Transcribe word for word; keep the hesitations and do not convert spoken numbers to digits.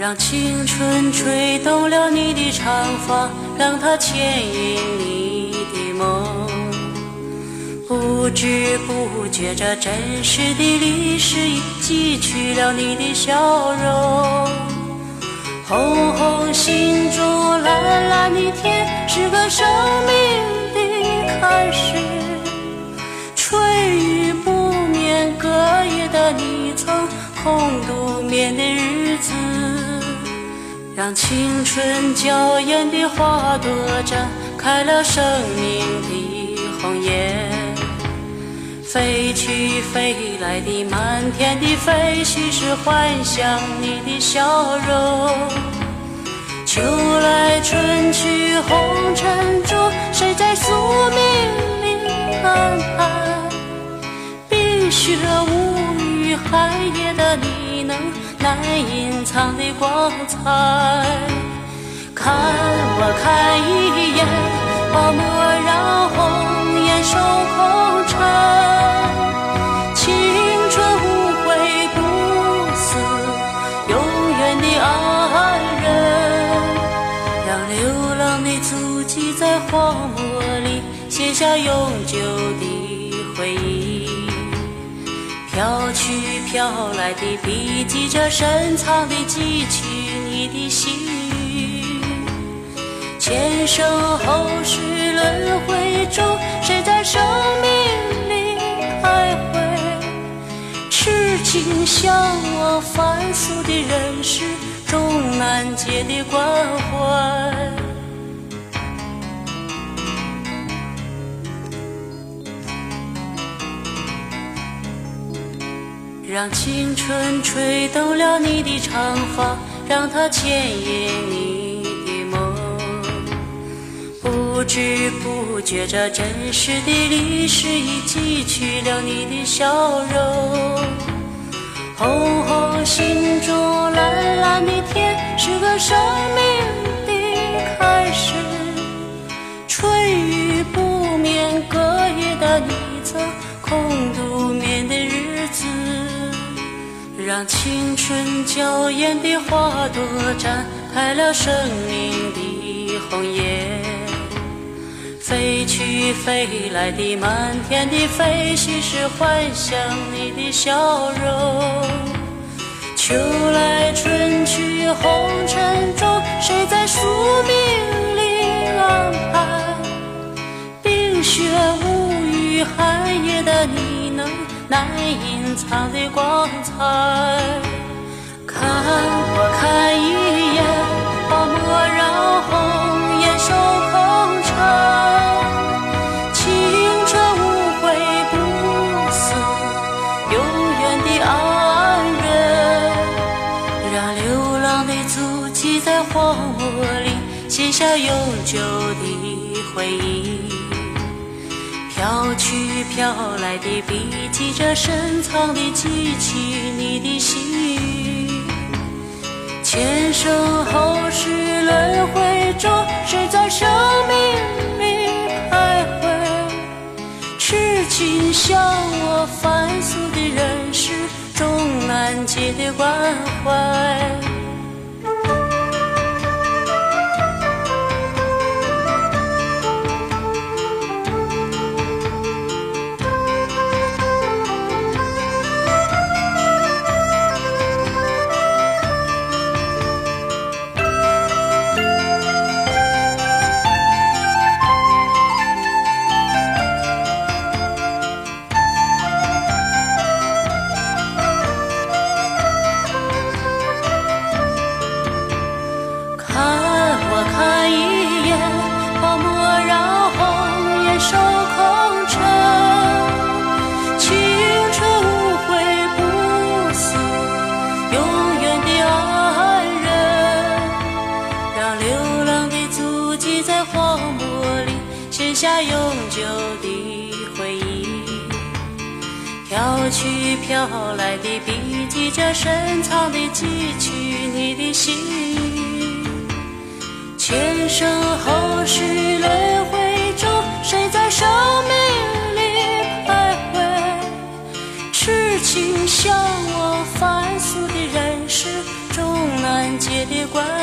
让青春吹动了你的长发，让它牵引你的梦。不知不觉，这真实的历史已记取了你的笑容。红红心中蓝蓝的天，是个生命的开始。吹雨不眠，隔夜的你曾空独眠的日子，让青春娇艳的花朵绽开了生命的红叶。飞去飞来的满天的飞絮，是幻想你的笑容。秋来春去红尘中，谁在宿命里安排？冰雪无语寒夜的你，能难隐藏的光彩。看我看一眼，把莫让红颜守空城。青春无悔不死，永远的爱人。让流浪的足迹在荒漠里写下永久的回忆。飘去飘来的笔记着深藏的记取你的心语。前生后世轮回中，谁在生命里徘徊？痴情向往凡俗的人世，终难解的关怀。让青春吹动了你的长发，让它牵引你的梦。不知不觉，这真实的历史已记取了你的笑容。红红心中蓝蓝的天，是个生命的开始。吹雨不眠，隔夜的你曾空独眠的日子，让青春娇艳的花朵绽开了生命的红叶。飞去飞来的满天的飞絮，是幻想你的笑容。秋来春去红尘中，谁在宿命里安排？冰雪无语寒夜的你，能难隐藏的光彩。看我看一眼，把莫让红颜守空城。青春无悔不死，永远的爱人。让流浪的足迹在荒漠里写下永久的回忆。飘去飘来的笔记着深藏的记取你的心语。前生后世轮回中，谁在生命里徘徊？痴情向我凡俗的人世，终难解的关怀。下永久的回忆。飘去飘来的笔记着深藏的记取你的心语。前生后世轮回中，谁在生命里徘徊？痴情向往凡俗的人世，终难解的关